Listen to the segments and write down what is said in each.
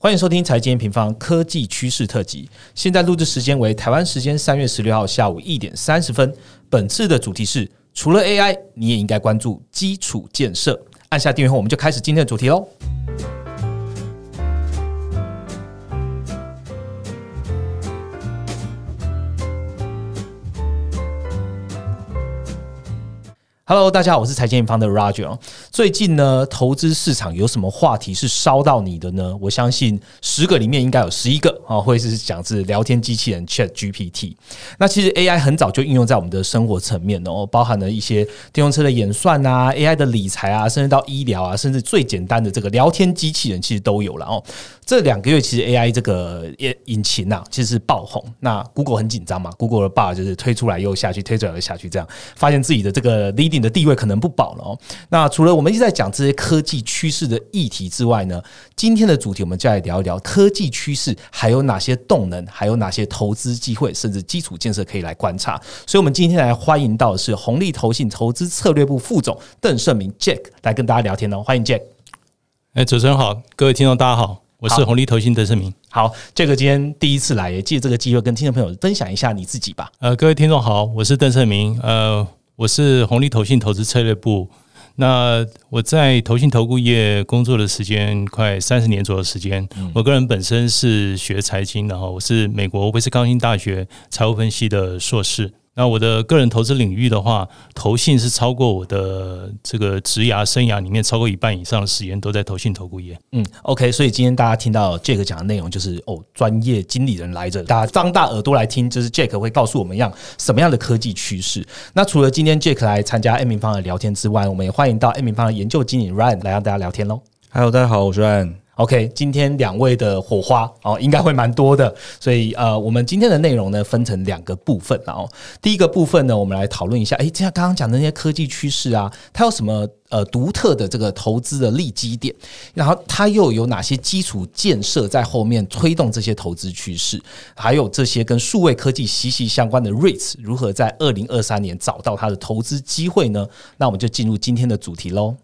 欢迎收听财经平方科技趋势特辑。现在录制时间为台湾时间3月16号下午1点30分。本次的主题是：除了 AI， 你也应该关注基础建设。按下订阅后，我们就开始今天的主题喽。Hello， 大家好，我是财经平方的 Roger。最近呢，投资市场有什么话题是烧到你的呢？我相信10个里面应该有11个会是讲是聊天机器人 ChatGPT。那其实 AI 很早就应用在我们的生活层面包含了一些电动车的演算啊、AI 的理财啊，甚至到医疗啊，甚至最简单的这个聊天机器人其实都有了这2个月其实 AI 这个引擎其实是爆红。那 Google 很紧张嘛 ，Google 的 bar 就是推出来又下去，推出来又下去，这样发现自己的这个 leading的地位可能不保了那除了我们一直在讲这些科技趋势的议题之外呢，今天的主题我们就来聊一聊科技趋势还有哪些动能，还有哪些投资机会，甚至基础建设可以来观察。所以我们今天来欢迎到的是宏利投信投资策略部副总邓胜明 Jack 来跟大家聊天欢迎 Jack。 主持人好，各位听众大家好，我是宏利投信邓胜明。 好，Jack今天第一次来，也借这个机会跟听众朋友分享一下你自己吧。 各位听众好，我是邓胜明，我是宏利投信投资策略部。那我在投信投顾业工作的时间快30年左右的时间。我个人本身是学财经的我是美国威斯康星大学财务分析的硕士。那我的个人投资领域的话，投信是超过我的这个职涯生涯里面超过一半以上的时间都在投信投顾业。 OK， 所以今天大家听到 Jack 讲的内容就是专业经理人来着，大家张大耳朵来听，就是 Jack 会告诉我们什么样的科技趋势。那除了今天 Jack 来参加 M 平方的聊天之外，我们也欢迎到 M 平方的研究经理 Ryan 来让大家聊天咯。 Hello， 大家好，我是 Ryan。OK， 今天2位的火花应该会蛮多的，所以我们今天的内容呢分成2个部分第一个部分呢，我们来讨论一下，这样刚刚讲的那些科技趋势啊，它有什么独特的这个投资的利基点，然后它又有哪些基础建设在后面推动这些投资趋势，还有这些跟数位科技息息相关的 REITs 如何在2023年找到它的投资机会呢？那我们就进入今天的主题咯。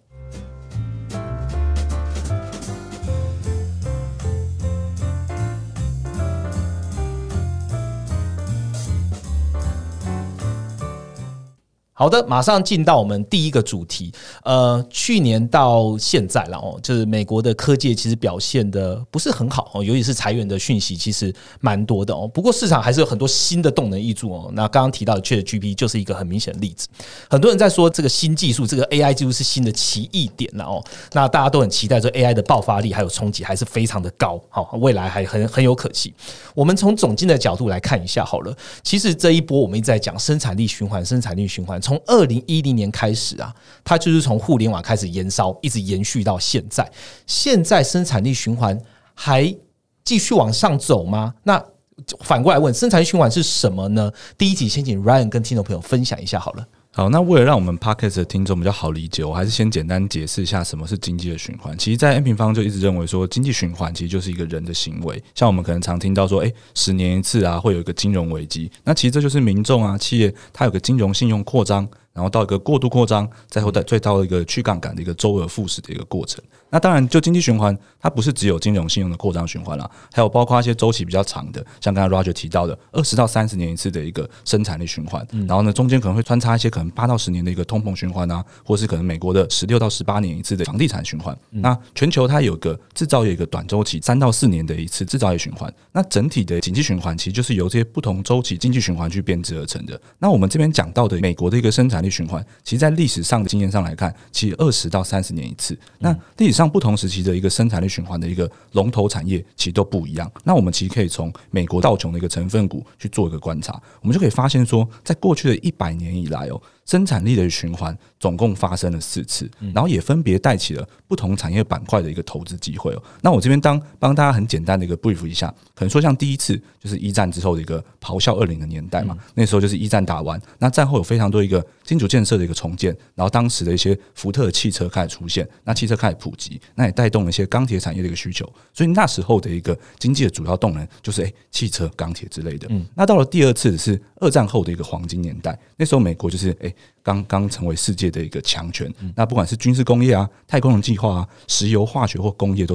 好的，马上进到我们第一个主题。去年到现在了就是美国的科技其实表现的不是很好尤其是裁员的讯息其实蛮多的不过市场还是有很多新的动能挹注那刚刚提到的 ChatGPT 就是一个很明显的例子。很多人在说这个新技术，这个 AI 技术是新的奇异点那大家都很期待说 AI 的爆发力还有冲击还是非常的高未来还很有可期。我们从总经的角度来看一下好了。其实这一波我们一直在讲生产力循环，从2010年开始它就是从互联网开始延烧，一直延续到现在。现在生产力循环还继续往上走吗？那反过来问，生产力循环是什么呢？第一集先请 Ryan 跟听众朋友分享一下好了。 好，那为了让我们 Podcast 的听众比较好理解，我还是先简单解释一下什么是经济的循环。其实在 M 平方就一直认为说，经济循环其实就是一个人的行为。像我们可能常听到说10年一次会有一个金融危机，那其实这就是民众企业它有个金融信用扩张，然后到一个过度扩张，最后到一个去杠杆的一个周而复始的一个过程。那当然就经济循环它不是只有金融信用的扩张循环啦，还有包括一些周期比较长的，像刚才 Roger 提到的20到30年一次的一个生产力循环，然后呢中间可能会穿插一些可能8到10年的一个通膨循环或是可能美国的16到18年一次的房地产循环。那全球它有个制造业一个短周期3到4年的一次制造业循环。那整体的经济循环其实就是由这些不同周期经济循环去编织而成的。那我们这边讲到的美国的一个生产力循环，其实在历史上的经验上来看，其实20到30年一次。那历史上不同时期的一个生产力循环的一个龙头产业其实都不一样。那我们其实可以从美国道琼的一个成分股去做一个观察，我们就可以发现说，在过去的100年以来生产力的循环总共发生了4次，然后也分别带起了不同产业板块的一个投资机会那我这边帮大家很简单的一个 brief 一下，可能说像第一次就是一战之后的一个咆哮20的年代嘛，那时候就是一战打完，那战后有非常多一个基础建设的一个重建，然后当时的一些福特的汽车开始出现，那汽车开始普及，那也带动了一些钢铁产业的一个需求，所以那时候的一个经济的主要动能就是汽车、钢铁之类的。那到了第二次是2战后的一个黄金年代，那时候美国就是刚成为世界的一个强权，那不管是军事工业太空人计划石油、化学或工业都是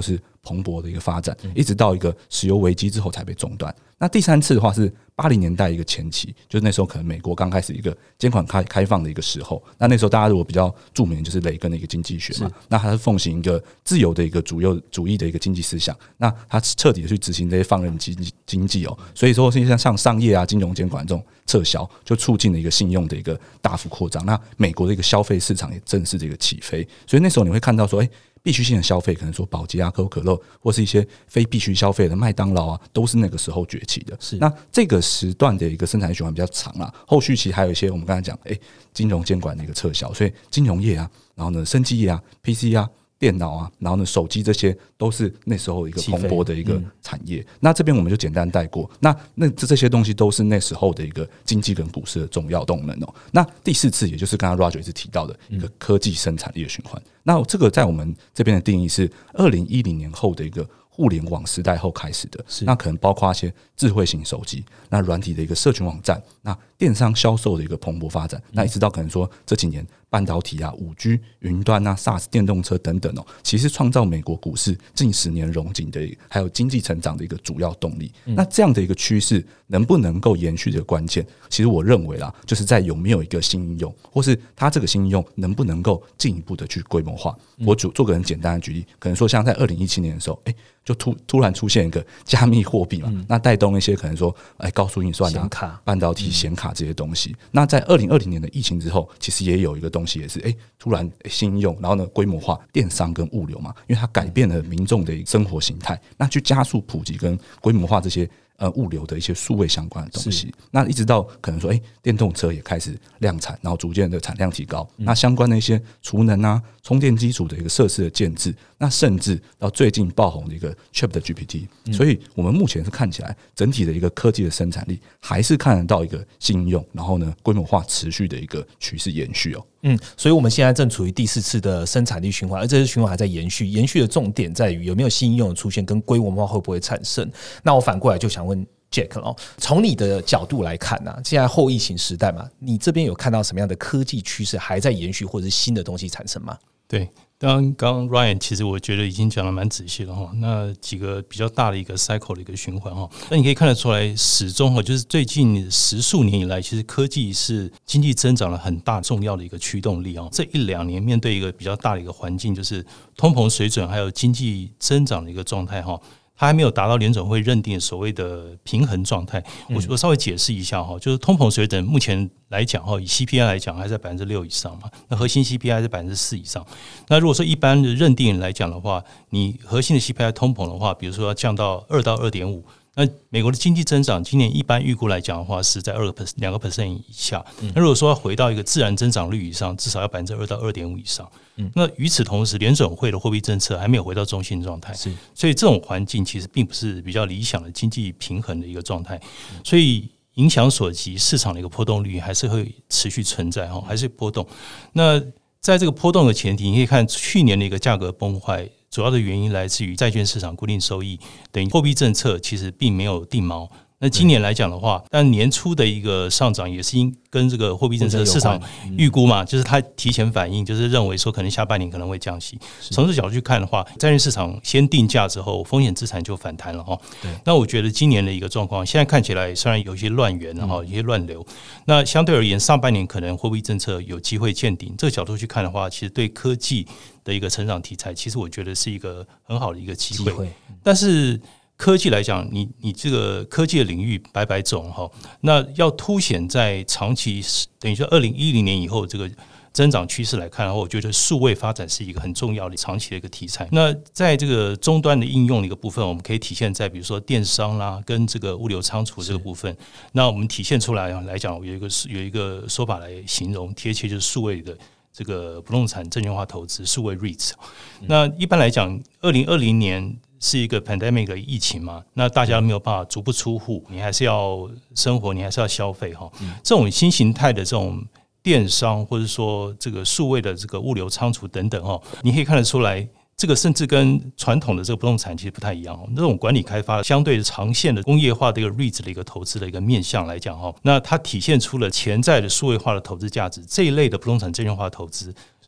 蓬勃的一个发展，一直到一个石油危机之后才被中断。那第3次的话是80年代一个前期，就是那时候可能美国刚开始一个监管开放的一个时候。那时候大家如果比较著名的就是雷根的一个经济学嘛，那他是奉行一个自由的一个主义的一个经济思想，那他彻底的去执行这些放任经济哦，所以说现在像商业啊、金融监管这种撤销，就促进了一个信用的一个大幅扩张。那美国的一个消费市场也正式的一个起飞，所以那时候你会看到说，必须性的消费，可能说宝洁啊、可口可乐，或是一些非必须消费的麦当劳啊，都是那个时候崛起的。那这个时段的一个生产循环比较长啦，后续其实还有一些我们刚才讲，金融监管的一个撤销，所以金融业啊，然后呢，生技业啊、PC 啊、电脑啊，然后呢，手机这些都是那时候一个蓬勃的一个产业。那这边我们就简单带过。那这些东西都是那时候的一个经济跟股市的重要动能哦。那第4次，也就是刚刚 Roger 一直提到的一个科技生产力的循环。那这个在我们这边的定义是2010年后的一个互联网时代后开始的，那可能包括一些智慧型手机，那软体的一个社群网站，那电商销售的一个蓬勃发展，那一直到可能说这几年半导体啊、5G、云端啊、SaaS、电动车等等哦，其实创造美国股市近10年荣景的，还有经济成长的一个主要动力。那这样的一个趋势能不能够延续的关键，其实我认为啦，就是在有没有一个新应用，或是它这个新应用能不能够进一步的去规模化。我做个很简单的举例，可能说像在2017年的时候，就突然出现一个加密货币嘛，那带动一些可能说高速运算啊、半导体显卡这些东西。那在2020年的疫情之后，其实也有一个东西也是突然新应用，然后呢规模化，电商跟物流嘛，因为它改变了民众的生活形态，那去加速普及跟规模化这些物流的一些数位相关的东西。那一直到可能说电动车也开始量产，然后逐渐的产量提高，那相关的一些储能啊、充电基础的一个设施的建制，那甚至到最近爆红的一个 ChatGPT。所以我们目前是看起来整体的一个科技的生产力还是看得到一个新应用，然后呢规模化持续的一个趋势延续哦。 所以我们现在正处于第4次的生产力循环，而这次循环还在延续。延续的重点在于有没有新应用的出现，跟规模化会不会产生。那我反过来就想问 Jack 哦，从你的角度来看啊，现在后疫情时代嘛，你这边有看到什么样的科技趋势还在延续，或者是新的东西产生吗？ 对，刚刚 Ryan 其实我觉得已经讲得蛮仔细了哈。那几个比较大的一个 cycle 的一个循环哈，那你可以看得出来，始终就是最近10数年以来，其实科技是经济增长了很大重要的一个驱动力哦。这1-2年面对一个比较大的一个环境，就是通膨水准还有经济增长的一个状态哈。它还没有达到联准会认定所谓的平衡状态。我稍微解释一下哈，就是通膨水准目前来讲哈，以 CPI 来讲还在6%以上嘛，那核心 CPI 是4%以上。那如果说一般的认定来讲的话，你核心的 CPI 通膨的话，比如说要降到2到2.5。那美国的经济增长今年一般预估来讲的话是在2% 以下。那如果说要回到一个自然增长率以上，至少要2%到2.5%以上。那与此同时，联准会的货币政策还没有回到中性状态，所以这种环境其实并不是比较理想的经济平衡的一个状态。所以影响所及，市场的一个波动率还是会持续存在，还是波动。那在这个波动的前提，你可以看去年的一个价格崩坏。主要的原因来自于债券市场固定收益，等于货币政策其实并没有定锚。那今年来讲的话，但年初的一个上涨也是跟这个货币政策市场预估嘛，就是它提前反应，就是认为说可能下半年可能会降息。从这角度去看的话，债券市场先定价之后，风险资产就反弹了哈。那我觉得今年的一个状况，现在看起来虽然有一些乱源哈，有些乱流，那相对而言，上半年可能货币政策有机会见顶。这个角度去看的话，其实对科技的一个成长题材，其实我觉得是一个很好的一个机会。但是科技来讲，你这个科技的领域百种哈，那要凸显在长期，等于说2010年以后这个增长趋势来看的话，我觉得数位发展是一个很重要的长期的一个题材。那在这个终端的应用的一个部分，我们可以体现在比如说电商啦，跟这个物流仓储这个部分。那我们体现出来来讲，有一个说法来形容贴切，就是数位的这个不动产证券化投资，数位 REITs。那一般来讲，2020年是一个 pandemic 的疫情嘛，那大家没有办法足不出户，你还是要生活，你还是要消费哈。这种新形态的这种电商，或者说这个数位的这个物流仓储等等哈，你可以看得出来，这个甚至跟传统的这个不动产其实不太一样。这种管理开发相对长线的工业化的一个 REITs 的一个投资的一个面向来讲哈，那它体现出了潜在的数位化的投资价值。这一类的不动产证券化投资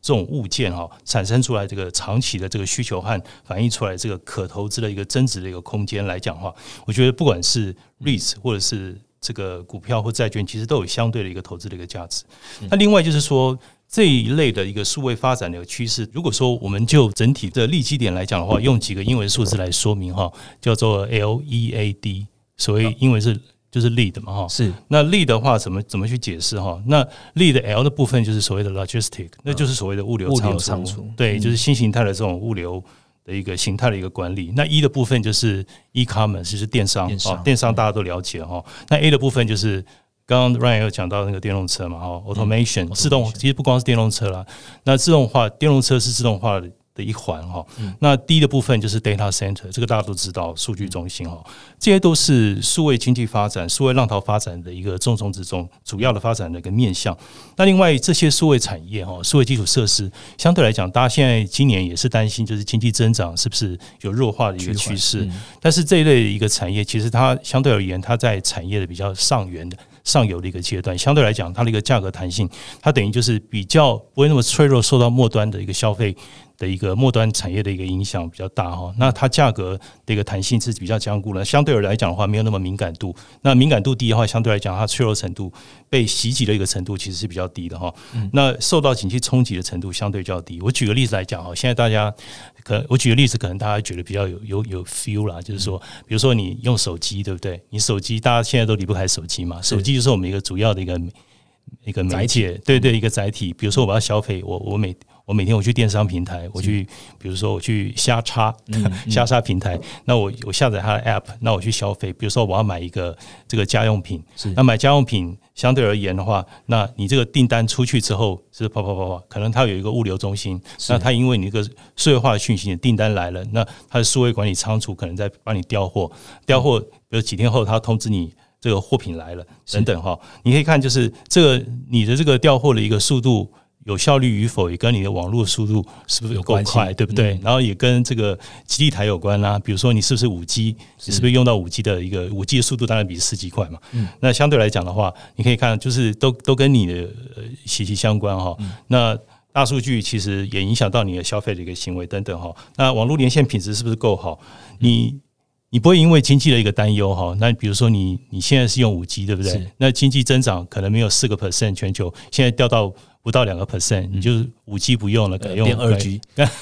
这种物件产生出来这个长期的这个需求和反映出来这个可投资的一个增值的一个空间来讲的话，我觉得不管是 REITs 或者是这个股票或债券，其实都有相对的一个投资的一个价值。那另外就是说，这一类的一个数位发展的趋势，如果说我们就整体的利基点来讲的话，用几个英文数字来说明叫做 LEAD， 所谓英文是就是 lead 嘛是。那 lead 的话怎么去解释那 lead L 的部分就是所谓的 logistic， 那就是所谓的物流仓储，对，就是新形态的这种物流的一个形态的一个管理。那 E 的部分就是 e-commerce， 就是电商电商大家都了解那 A 的部分就是刚刚 Ryan 有讲到那个电动车嘛automation， 自动，其实不光是电动车啦，那自动化，电动车是自动化的一环那 D 的部分就是 data center， 这个大家都知道，数据中心这些都是数位经济发展、数位浪潮发展的一个重中之重、主要的发展的一个面向。那另外这些数位产业数位基础设施，相对来讲，大家现在今年也是担心，就是经济增长是不是有弱化的一个趋势？但是这一类的一个产业，其实它相对而言，它在产业的比较上游的一个阶段，相对来讲，它的一个价格弹性，它等于就是比较不会那么脆弱，受到末端的一个消费的一个末端产业的一个影响比较大那它价格的一个弹性是比较坚固的，相对而来讲的话，没有那么敏感度。那敏感度低的话，相对来讲，它脆弱程度、被袭击的一个程度其实是比较低的那受到景气冲击的程度相对较低。我举个例子来讲现在大家我举个例子，可能大家觉得比较有 feel 啦，就是说，比如说你用手机，对不对？你手机大家现在都离不开手机嘛，手机就是我们一个主要的一个媒介，对，一个载体。比如说我要消费，我每天我去电商平台，比如说我去虾叉平台，那我下载它的 app， 那我去消费。比如说我要买一个这个家用品，那买家用品相对而言的话，那你这个订单出去之后是跑，可能它有一个物流中心，那它因为你一个数位化的讯息，你订单来了，那它的数位管理仓储可能在帮你调货，比如几天后它通知你这个货品来了等等你可以看就是这个你的这个调货的一个速度有效率与否，也跟你的网络速度是不是有够快，对不对？然后也跟这个基地台有关啦。比如说你是不是 5G， 你是不是用到 5G 的一个 5G 的速度当然比 4G 快嘛。那相对来讲的话，你可以看就是都跟你的息息相关那大数据其实也影响到你的消费的一个行为等等那网络连线品质是不是够好？你不会因为经济的一个担忧那比如说你现在是用 5G， 对不对？那经济增长可能没有 4% 全球，现在掉到不到 2%， 你就是 5G 不用了，改用 2G，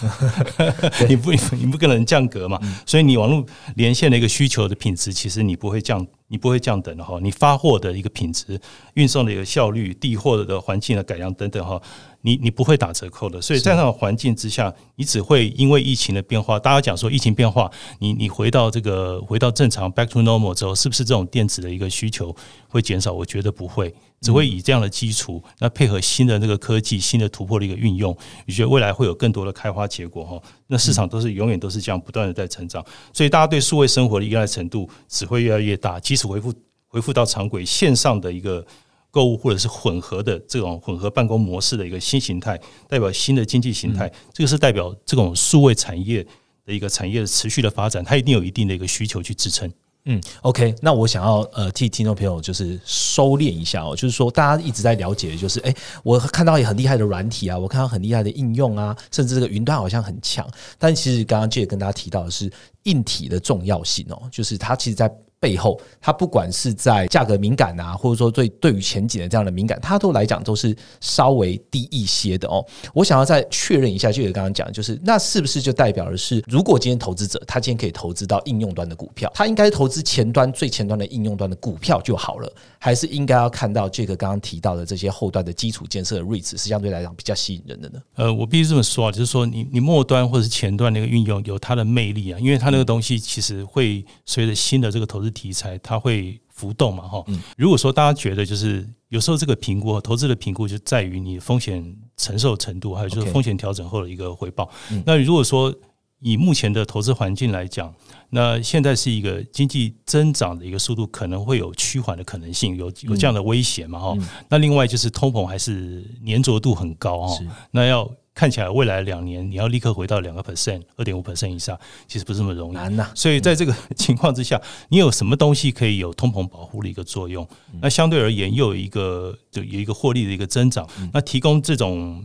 你不可能降格嘛，所以你网络连线的一个需求的品质，其实你不会降等的你发货的一个品质、运送的一个效率、递货的环境的改良等等你不会打折扣的。所以在那种环境之下，你只会因为疫情的变化，大家讲说疫情变化，你回到正常 back to normal 之后，是不是这种电子的一个需求会减少？我觉得不会，只会以这样的基础，那配合新的那个科技、新的突破的一个运用，我觉得未来会有更多的开花结果那市场永远都是这样不断的在成长，所以大家对数位生活的依赖程度只会越来越大，即使恢复到常轨线上的一个购物或者是混合的这种混合办公模式的一个新形态，代表新的经济形态，这个是代表这种数位产业的一个产业的持续的发展，它一定有一定的一个需求去支撑。 OK， 那我想要替听众朋友就是收敛一下就是说大家一直在了解的就是我看到很厉害的软体啊，我看到很厉害的应用啊，甚至这个云端好像很强，但其实刚刚 Jay 跟大家提到的是硬体的重要性就是它其实在背后，它不管是在价格敏感啊，或者说对于前景的这样的敏感，它都来讲都是稍微低一些的我想要再确认一下，就刚刚讲，就是那是不是就代表的是，如果今天投资者他今天可以投资到应用端的股票，他应该投资最前端的应用端的股票就好了，还是应该要看到这个刚刚提到的这些后端的基础建设的 REITs 是相对来讲比较吸引人的呢？ 我必须这么说就是说你末端或者是前端那个运用有它的魅力因为它那个东西其实会随着新的这个投资题材，它会浮动嘛如果说大家觉得就是有时候这个评估投资的评估就在于你风险承受程度，还有就是风险调整后的一个回报。那如果说以目前的投资环境来讲，那现在是一个经济增长的一个速度可能会有趋缓的可能性，有这样的威胁嘛那另外就是通膨还是粘着度很高那要看起来未来2年你要立刻回到 2%、2.5% 以上，其实不是那么容易， 难啊。 所以在这个情况之下，你有什么东西可以有通膨保护的一个作用？那相对而言又有一个获利的一个增长，那提供这种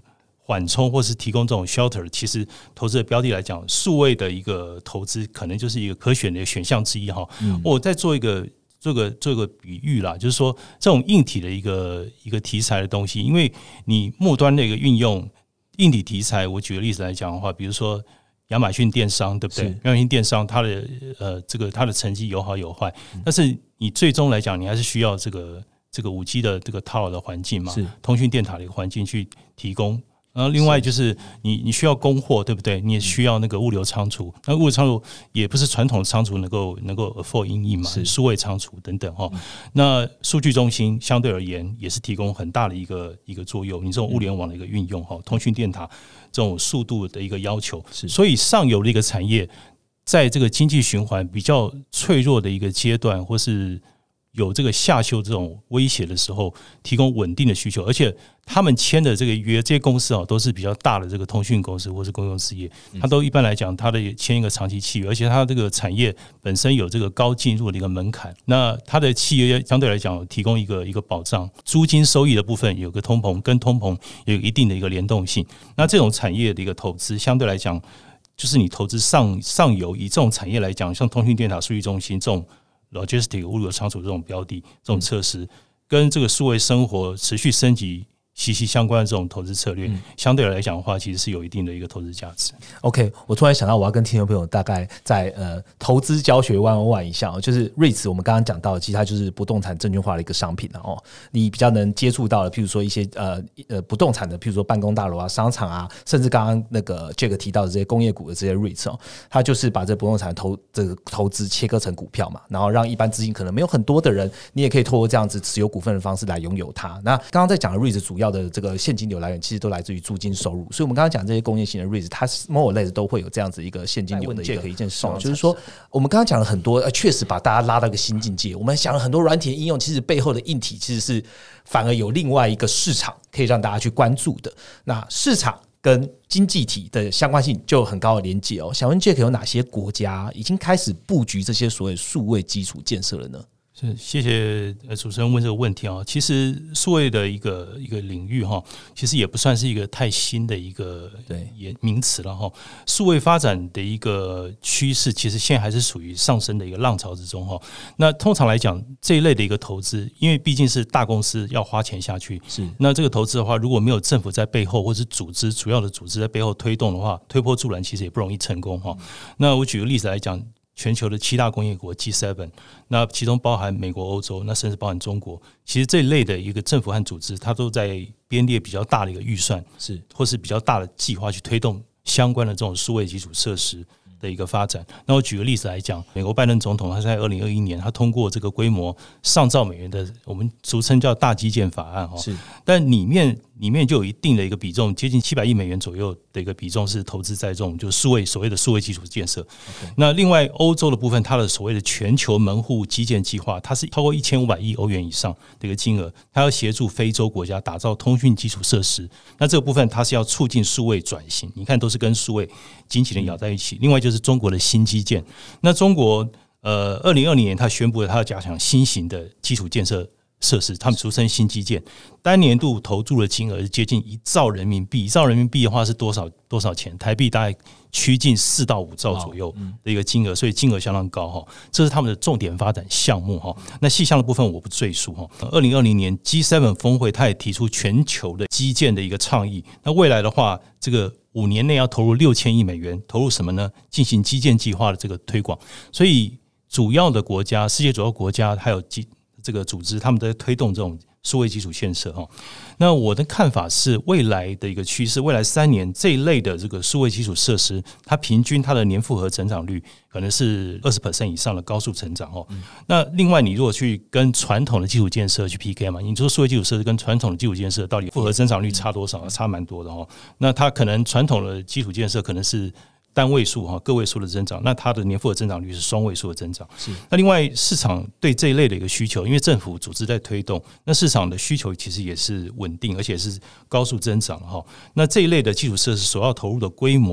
缓冲或是提供这种 shelter， 其实投资的标的来讲，数位的一个投资可能就是一个可选的选项之一哈。我再做一个比喻啦，就是说这种硬体的一个题材的东西，因为你末端的一个运用硬体题材，我举个例子来讲的话，比如说亚马逊电商，对不对？亚马逊电商它的它的成绩有好有坏，但是你最终来讲，你还是需要这个5G 的这个套的环境嘛，通讯电塔的一个环境去提供。然后另外就是你需要供货，对不对？你也需要那个物流仓储，那物流仓储也不是传统的仓储能够 afford 因应嘛，数位仓储等等哈。那数据中心相对而言也是提供很大的一个作用，你这种物联网的一个运用哈，通讯电塔这种速度的一个要求，所以上游的一个产业在这个经济循环比较脆弱的一个阶段，或是有这个下修这种威胁的时候，提供稳定的需求，而且他们签的这个约，这些公司都是比较大的这个通讯公司或是公用事业，它都一般来讲，它的签一个长期契约，而且它这个产业本身有这个高进入的一个门槛，那它的契约相对来讲提供一个保障，租金收益的部分有个通膨，跟通膨有一定的一个联动性，那这种产业的一个投资相对来讲，就是你投资上游，以这种产业来讲，像通讯电塔、数据中心这种logistic 物流仓储这种标的，这种测试跟这个数位生活持续升级息息相关的这种投资策略，相对来讲的话，其实是有一定的一个投资价值。 OK， 我突然想到，我要跟听众朋友大概在投资教学101一下，就是 REITs， 我们刚刚讲到的，其实它就是不动产证券化的一个商品哦。你比较能接触到的，譬如说一些不动产的，譬如说办公大楼啊、商场啊，甚至刚刚那个 Jack 提到的这些工业股的这些 REITs 哦，它就是把这不动产这个投资切割成股票嘛，然后让一般资金可能没有很多的人，你也可以透过这样子持有股份的方式来拥有它。那刚刚在讲的 REITs 主要的这个现金流来源其实都来自于租金收入，所以我们刚刚讲这些工业型的 REITs， 它 more or less 都会有这样子一个现金流的一件事，就是说我们刚刚讲了很多，确实把大家拉到一个新境界。我们想了很多软体的应用，其实背后的硬体其实是反而有另外一个市场可以让大家去关注的。那市场跟经济体的相关性就有很高的连结哦。想问 Jack 有哪些国家已经开始布局这些所谓数位基础建设了呢？ 谢谢主持人问这个问题啊。其实数位的一个领域哈，其实也不算是一个太新的一个名词了哈。数位发展的一个趋势，其实现在还是属于上升的一个浪潮之中哈。那通常来讲，这一类的一个投资，因为毕竟是大公司要花钱下去，是那这个投资的话，如果没有政府在背后，或是主要的组织在背后推动的话，推波助澜，其实也不容易成功哈。那我举个例子来讲。全球的7大工业国 G7， 那其中包含美国、欧洲，那甚至包含中国。其实这一类的一个政府和组织，它都在编列比较大的一个预算，或是比较大的计划去推动相关的这种数位基础设施的一个发展。那我举个例子来讲，美国拜登总统他在2021年，他通过这个规模上兆美元的，我们俗称叫大基建法案，但里面就有一定的一个比重，接近700亿美元左右的一个比重是投资在这种就所谓的数位基础建设。那另外欧洲的部分，它的所谓的全球门户基建计划，它是超过1500亿欧元以上的一个金额，它要协助非洲国家打造通讯基础设施。那这个部分它是要促进数位转型，你看都是跟数位紧紧的咬在一起。另外就是中国的新基建，那中国2020年它宣布了它要加强新型的基础建设设施，他们俗称新基建，单年度投注的金额是接近1兆人民币。1兆人民币的话是多少钱？台币大概趋近4到5兆左右的一个金额，所以金额相当高哈。这是他们的重点发展项目哈。那细项的部分我不赘述哈。2020年 G7 峰会，它也提出全球的基建的一个倡议。那未来的话，这个5年内要投入6000亿美元，投入什么呢？进行基建计划的这个推广。所以主要的国家，世界主要国家还有这个组织，他们在推动这种数位基础建设。那我的看法是，未来的一个趋势，未来3年这一类的这个数位基础设施，它平均它的年复合成长率可能是20% 以上的高速成长。那另外，你如果去跟传统的基础建设去 PK 嘛，你说数位基础设施跟传统的基础建设到底复合增长率差多少？差蛮多的。那它可能传统的基础建设可能是单位数个位数的增长，那它的年复合增长率是双位数的增长。那另外市场对这一类的一个需求，因为政府组织在推动，那市场的需求其实也是稳定，而且是高速增长。那这一类的基础设施所要投入的规模，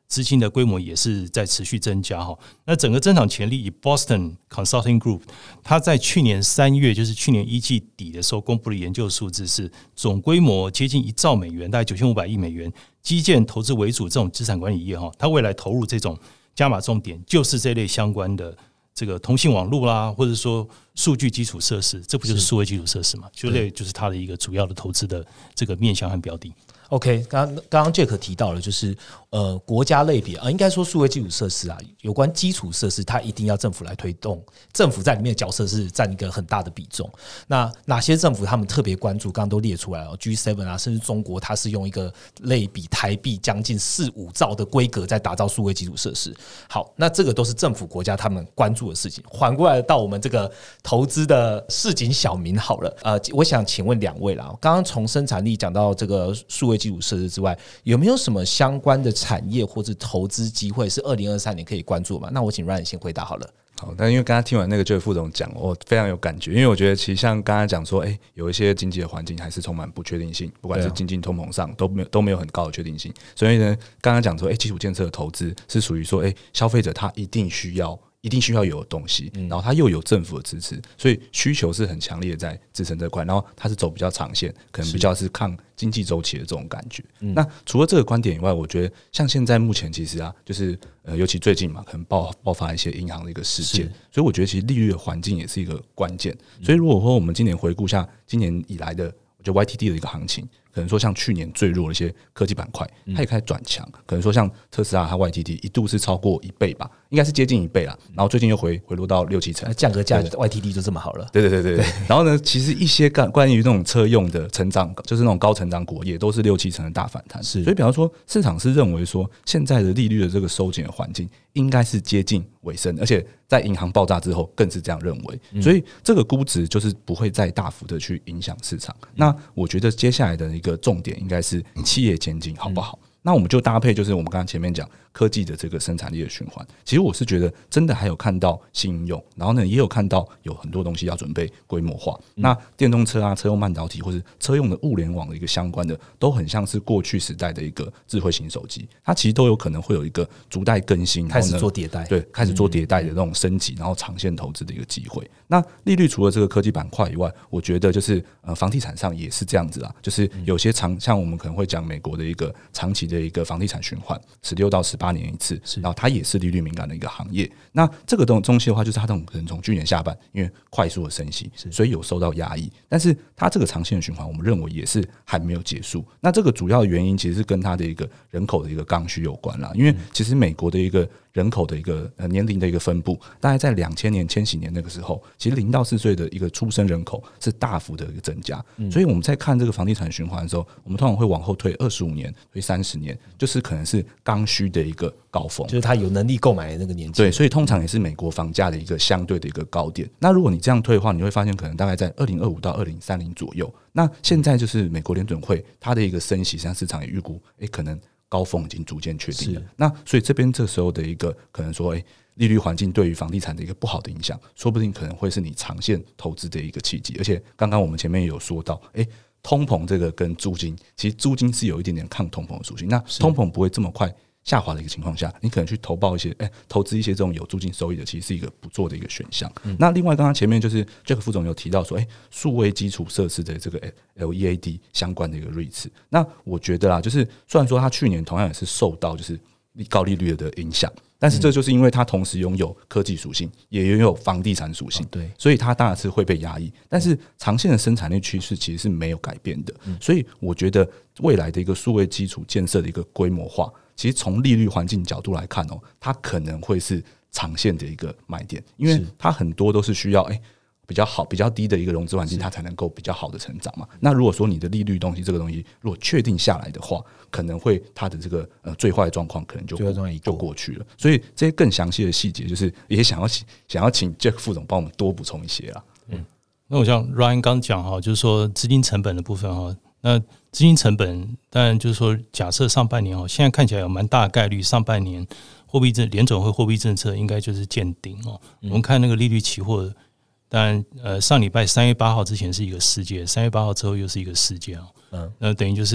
资金的规模也是在持续增加哈。那整个增长潜力以 Boston Consulting Group， 它在去年3月，就是去年1季底的时候公布的研究数字是总规模接近1兆美元，大概9500亿美元，基建投资为主这种资产管理业哈，它未来投入这种加码重点就是这类相关的这个通信网络啦，或者说数据基础设施，这不就是数位基础设施嘛？就是它的一个主要的投资的这个面向和标的。 OK， 刚刚 Jack 提到了，就是国家类别应该说数位基础设施啊，有关基础设施，它一定要政府来推动，政府在里面的角色是占一个很大的比重。那哪些政府他们特别关注？刚刚都列出来了 ，G7 啊，甚至中国，它是用一个类比台币将近4-5兆的规格在打造数位基础设施。好，那这个都是政府国家他们关注的事情。缓过来到我们这个投资的市井小民好了，我想请问2位啦，刚刚从生产力讲到这个数位基础设施之外，有没有什么相关的产业或者投资机会是2023年可以关注吗？那我请 Ryan 先回答好了。 好，但因为刚刚听完那个 Jeff 副总讲，我非常有感觉，因为我觉得其实像刚才讲说，有一些经济的环境还是充满不确定性，不管是经济通膨上都没有很高的确定性，所以呢，刚刚讲说，基础建设的投资是属于说，消费者他一定需要有的东西，然后它又有政府的支持，所以需求是很强烈的在支撑这块，然后它是走比较长线，可能比较是抗经济周期的这种感觉。那除了这个观点以外，我觉得像现在目前其实啊，就是尤其最近嘛，可能爆发一些银行的一个事件，所以我觉得其实利率的环境也是一个关键。所以如果说我们今年回顾下今年以来的，我觉得 YTD 的一个行情，可能说像去年最弱的一些科技板块，它也开始转强。可能说像特斯拉，它 YTD 一度是超过1倍吧，应该是接近1倍啦。然后最近又回落到6-7成， 降个价 YTD 就这么好了。 对。然后呢，其实一些关于那种车用的成长，就是那种高成长股，也都是6-7成的大反弹。所以比方说，市场是认为说，现在的利率的这个收紧的环境应该是接近尾声，而且在银行爆炸之后更是这样认为。所以这个估值就是不会再大幅的去影响市场。那我觉得接下来的一个重点应该是企业前景好不好？那我们就搭配就是我们刚刚前面讲科技的这个生产力的循环，其实我是觉得真的还有看到新应用，然后呢也有看到有很多东西要准备规模化。那电动车啊、车用半导体或是车用的物联网的一个相关的，都很像是过去时代的一个智慧型手机，它其实都有可能会有一个逐代更新， 开始做迭代， 对，开始做迭代的那种升级，然后长线投资的一个机会。那利率除了这个科技板块以外，我觉得就是房地产上也是这样子啊，就是有些像我们可能会讲美国的一个长期的一个房地产循环，16到18年一次，然后它也是利率敏感的一个行业。那这个东西的话，就是它可能从去年下半因为快速的升息，所以有受到压抑，但是它这个长线的循环，我们认为也是还没有结束。那这个主要的原因其实是跟它的一个人口的一个刚需有关啦，因为其实美国的一个人口的一个年龄的一个分布，大概在2000年、千禧年那个时候，其实0到4岁的一个出生人口是大幅的一个增加。所以我们在看这个房地产循环的时候，我们通常会往后推25年、推30年，就是可能是刚需的一个高峰， 就是他有能力购买的那个年纪。 对，所以通常也是美国房价的一个相对的一个高点。那如果你这样推的话，你会发现可能大概在2025到2030左右。那现在就是美国联准会它的一个升息，像市场也预估，可能高峰已经逐渐确定了。那所以这时候的一个可能说，利率环境对于房地产的一个不好的影响，说不定可能会是你长线投资的一个契机。而且刚刚我们前面也有说到，通膨这个跟租金，其实租金是有一点点抗通膨的属性。那通膨不会这么快下滑的一个情况下，你可能去投资一些这种有租金收益的，其实是一个不错的一个选项。那另外刚刚前面就是 Jack 副总有提到说，数位基础设施的这个 LEAD 相关的一个REITs，那我觉得啦，就是虽然说它去年同样也是受到就是高利率的影响，但是这就是因为它同时拥有科技属性，也拥有房地产属性， 对， 所以它当然是会被压抑。但是长线的生产力趋势其实是没有改变的，所以我觉得未来的一个数位基础建设的一个规模化，其实从利率环境角度来看它可能会是长线的一个买点，因为它很多都是需要比较好、比较低的一个融资环境，它才能够比较好的成长嘛。那如果说你的利率东西这个东西如果确定下来的话，可能会它的这个最坏的状况可能就过去了。所以这些更详细的细节，就是也想要请 Jack 副总帮我们多补充一些啦。 那我像 Ryan 刚讲哈，就是说资金成本的部分哈，那资金成本当然就是说，假设上半年现在看起来有蛮大的概率，上半年联准会货币政策应该就是见顶哦。我们看那个利率期货。当然，上礼拜3月8号之前是一个世界，3月8号之后又是一个世界那等于就是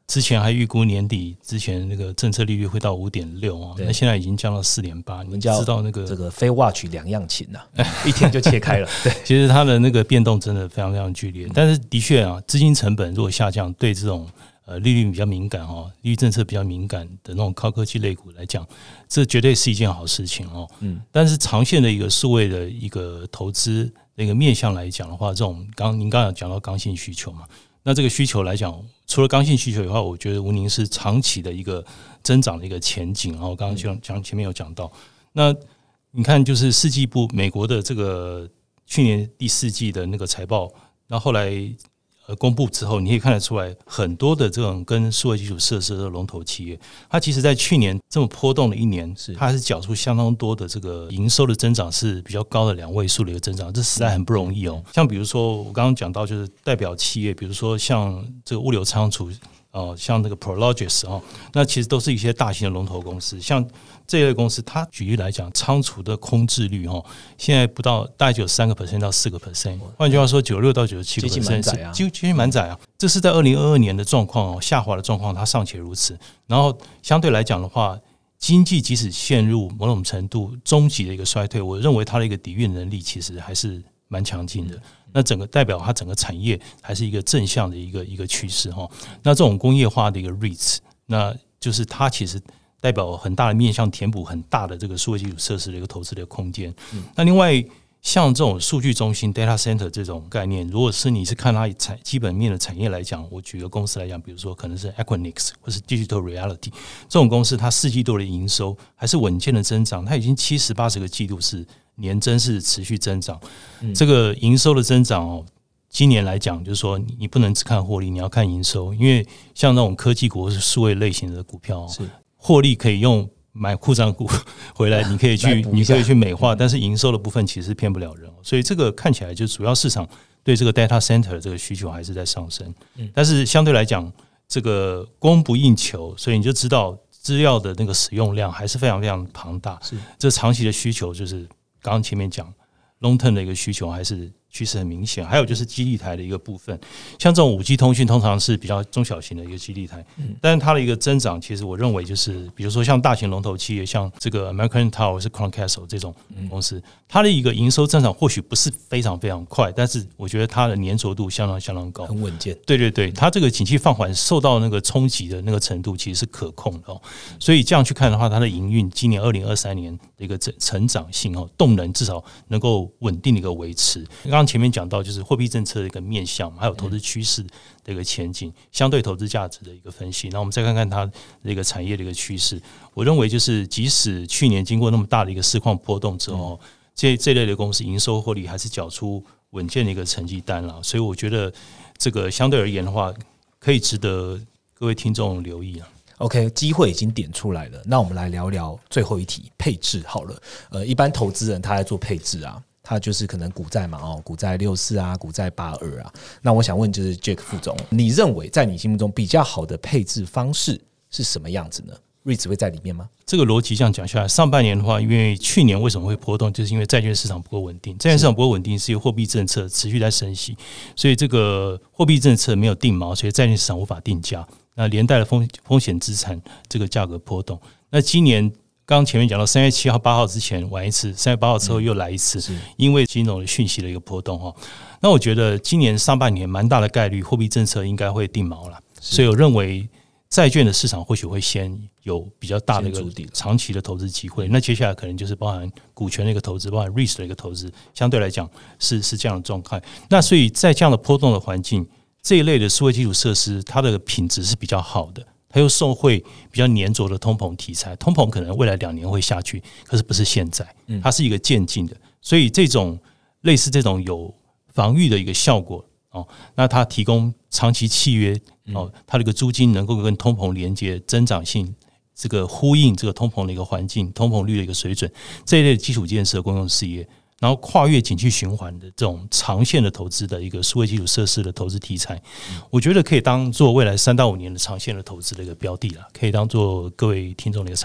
之前还预估年底之前那个政策利率会到 5.6 哦，那现在已经降到 4.8， 你知道那个这个非 watch 两样情啊，一天就切开了。对， 其实它的那个变动真的非常非常剧烈，但是的确啊，资金成本如果下降，对这种利率比较敏感哦，利率政策比较敏感的那种高科技类股来讲，这绝对是一件好事情哦。但是长线的一个数位的一个投资的一个面向来讲的话，这种您刚才讲到刚性需求嘛，那这个需求来讲，除了刚性需求以外，我觉得吴宁是长期的一个增长的一个前景。然后刚刚前面有讲到，那你看就是世纪部美国的这个去年第4季的那个财报，那后来公布之后，你可以看得出来，很多的这种跟数位基础设施的龙头企业，它其实在去年这么波动的一年，它还是缴出相当多的这个营收的增长是比较高的2位数的一个增长，这实在很不容易哦。像比如说我刚刚讲到，就是代表企业，比如说像这个物流仓储，像那个 Prologis 那其实都是一些大型的龙头公司，像这一类公司，它举例来讲，仓储的空置率现在不到，大概只有3% 到4%，换句话说，96%到97%接近满载啊。这是在2022年的状况下滑的状况，它尚且如此。然后相对来讲的话，经济即使陷入某种程度终极的一个衰退，我认为它的一个抵御能力其实还是蛮强劲的。那整个代表它整个产业还是一个正向的一个趋势哈。那这种工业化的一个 REITs， 那就是它其实代表很大的面向填补很大的这个数位基础设施的一个投资的空间。那另外像这种数据中心 data center 这种概念，如果是你是看它基本面的产业来讲，我举个公司来讲，比如说可能是 Equinix 或是 Digital Reality 这种公司，它4季度的营收还是稳健的增长，它已经70-80个季度是年增是持续增长。这个营收的增长今年来讲，就是说你不能只看获利，你要看营收，因为像那种科技股或是数位类型的股票，获利可以用买库藏股回来，你可以去美化，但是营收的部分其实骗不了人，所以这个看起来就主要市场对这个 data center 的这个需求还是在上升，但是相对来讲，这个供不应求，所以你就知道资料的那个使用量还是非常非常庞大，这长期的需求就是刚刚前面讲 long term 的一个需求还是趋势很明显。还有就是基地台的一个部分，像这种 5G 通讯通常是比较中小型的一个基地台，但是它的一个增长其实我认为就是比如说像大型龙头企业，像这个 American Tower 是 Crown Castle 这种公司，它的一个营收增长或许不是非常非常快，但是我觉得它的粘着度相当高， 很稳健。对对对，它这个景气放缓受到那个冲击的那个程度其实是可控的所以这样去看的话，它的营运今年2023年的一个成长性动能至少能够稳定的一个维持。刚刚前面讲到就是货币政策的一个面向，还有投资趋势的一个前景，相对投资价值的一个分析。那我们再看看它的一个产业的一个趋势，我认为就是即使去年经过那么大的一个市况波动之后，这类的公司营收获利还是缴出稳健的一个成绩单了。所以我觉得这个相对而言的话，可以值得各位听众留意。 OK， 机会已经点出来了，那我们来聊聊最后一题，配置好了。一般投资人他在做配置啊，他就是可能股债嘛，股债64啊，股债82啊。那我想问就是 Jack 副总，你认为在你心目中比较好的配置方式是什么样子呢？REITs 会在里面吗？ 这个逻辑这样讲下来，上半年的话，因为去年为什么会波动，就是因为债券市场不够稳定。债券市场不够稳定，是因为货币政策持续在升息，所以这个货币政策没有定锚，所以债券市场无法定价，那连带的风险资产这个价格波动。那今年刚刚前面讲到3月7号、8号之前玩一次，3月8号之后又来一次，因为金融的讯息的一个波动那我觉得今年上半年蛮大的概率货币政策应该会定锚了，所以我认为债券的市场或许会先有比较大的一个长期的投资机会，那接下来可能就是包含股权的一个投资，包含 REITs 的一个投资，相对来讲是这样的状态。那所以在这样的波动的环境，这一类的数位基础设施，它的品质是比较好的，它又受惠比较黏着的通膨题材，通膨可能未来2年会下去，可是不是现在，它是一个渐进的，所以这种类似这种有防御的一个效果那它提供长期契约它的一个租金能够跟通膨连接，增长性这个呼应这个通膨的一个环境，通膨率的一个水准，这一类的基础建设公用事业，然后跨越景气循环的这种长线的投资的一个数位基础设施的投资题材，我觉得可以当做未来3到5年的长线的投资的一个标的啦，可以当做各位听众的一个参考。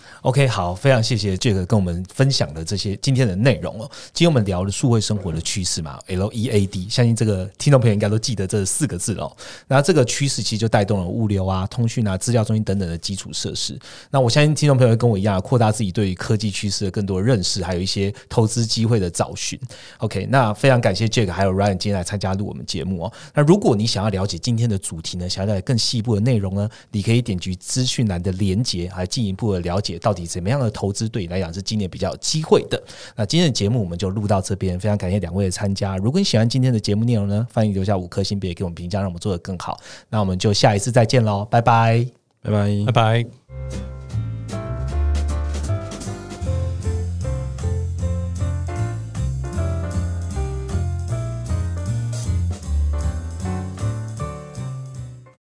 OK， 好，非常谢谢 Jack 跟我们分享的这些今天的内容哦。今天我们聊了数位生活的趋势嘛 ，LEAD， 相信这个听众朋友应该都记得这4个字哦。那这个趋势其实就带动了物流啊、通讯啊、资料中心等等的基础设施。那我相信听众朋友跟我一样，扩大自己对于科技趋势的更多的认识，还有一些投资机会的找寻。OK， 那非常感谢 Jack 还有 Ryan 今天来参加录我们节目哦。那如果你想要了解今天的主题呢，想要了解更细部的内容呢，你可以点击资讯栏的连结，来进一步的了解到底怎么样的投资对你来讲是今年比较有机会的。那今天的节目我们就录到这边，非常感谢2位的参加。如果你喜欢今天的节目内容呢，欢迎留下5颗星，别给我们评价，让我们做得更好。那我们就下一次再见咯，拜拜， 拜拜， 拜拜。